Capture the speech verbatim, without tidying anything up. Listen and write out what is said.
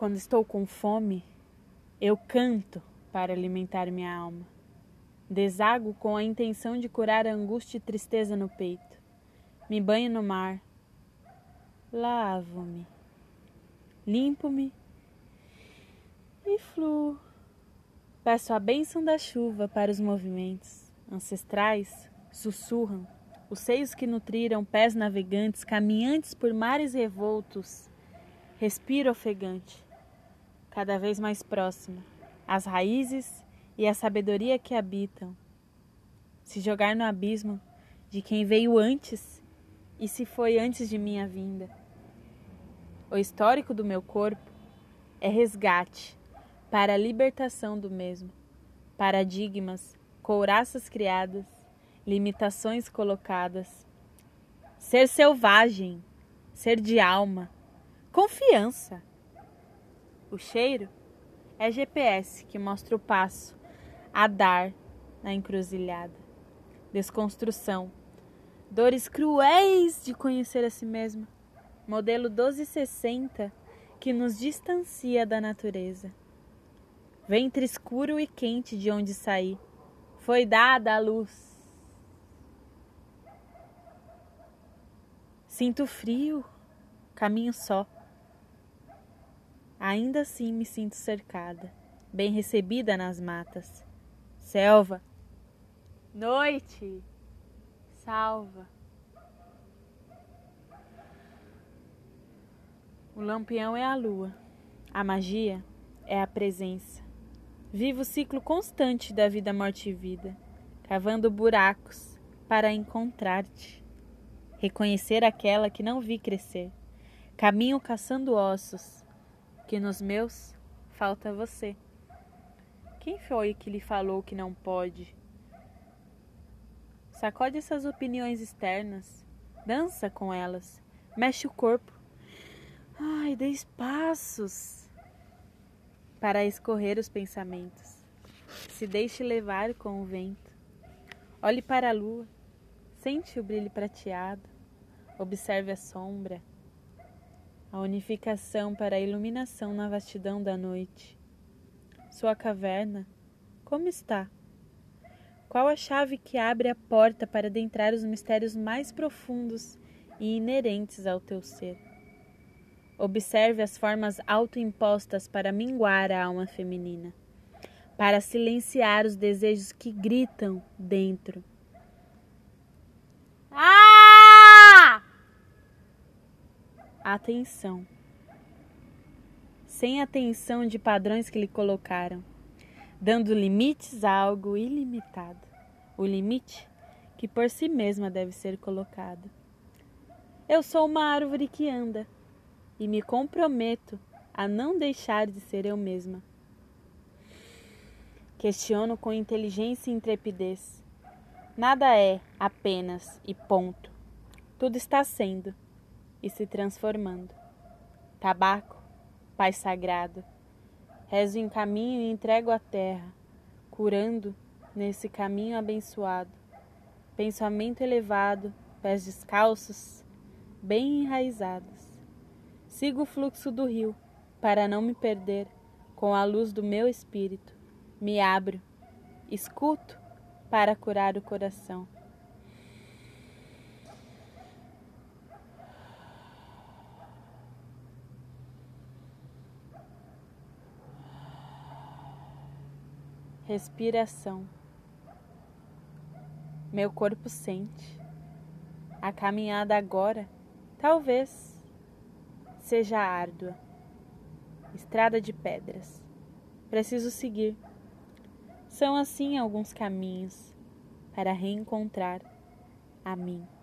Quando estou com fome, eu canto para alimentar minha alma. Desago com a intenção de curar a angústia e tristeza no peito. Me banho no mar. Lavo-me. Limpo-me e fluo. Peço a bênção da chuva para os movimentos ancestrais, sussurram. Os seios que nutriram pés navegantes, caminhantes por mares revoltos. Respiro ofegante, cada vez mais próximo, as raízes e a sabedoria que habitam. Se jogar no abismo de quem veio antes e se foi antes de minha vinda. O histórico do meu corpo é resgate para a libertação do mesmo. Paradigmas, couraças criadas, limitações colocadas. Ser selvagem, ser de alma, confiança. O cheiro é G P S que mostra o passo a dar na encruzilhada. Desconstrução, dores cruéis de conhecer a si mesma. Modelo doze sessenta que nos distancia da natureza. Ventre escuro e quente de onde saí. Foi dada a luz. Sinto frio, caminho só. Ainda assim me sinto cercada, bem recebida nas matas. Selva, noite, salva. O lampião é a lua, a magia é a presença. Vivo o ciclo constante da vida, morte e vida, cavando buracos para encontrar-te. Reconhecer aquela que não vi crescer. Caminho caçando ossos, que nos meus falta você. Quem foi que lhe falou que não pode? Sacode essas opiniões externas, dança com elas, mexe o corpo. Ai, dê espaços para escorrer os pensamentos. Se deixe levar com o vento. Olhe para a lua, sente o brilho prateado, observe a sombra, a unificação para a iluminação na vastidão da noite. Sua caverna, como está? Qual a chave que abre a porta para adentrar os mistérios mais profundos e inerentes ao teu ser? Observe as formas autoimpostas para minguar a alma feminina, para silenciar os desejos que gritam dentro. Ah! Atenção. Sem atenção de padrões que lhe colocaram, dando limites a algo ilimitado. O limite que por si mesma deve ser colocado. Eu sou uma árvore que anda e me comprometo a não deixar de ser eu mesma. Questiono com inteligência e intrepidez. Nada é apenas e ponto. Tudo está sendo e se transformando. Tabaco, Pai Sagrado. Rezo em caminho e entrego a terra, curando nesse caminho abençoado. Pensamento elevado, pés descalços, bem enraizados. Sigo o fluxo do rio para não me perder com a luz do meu espírito. Me abro, escuto para curar o coração. Respiração. Meu corpo sente. A caminhada agora, talvez, seja árdua. Estrada de pedras. Preciso seguir. São assim alguns caminhos para reencontrar a mim.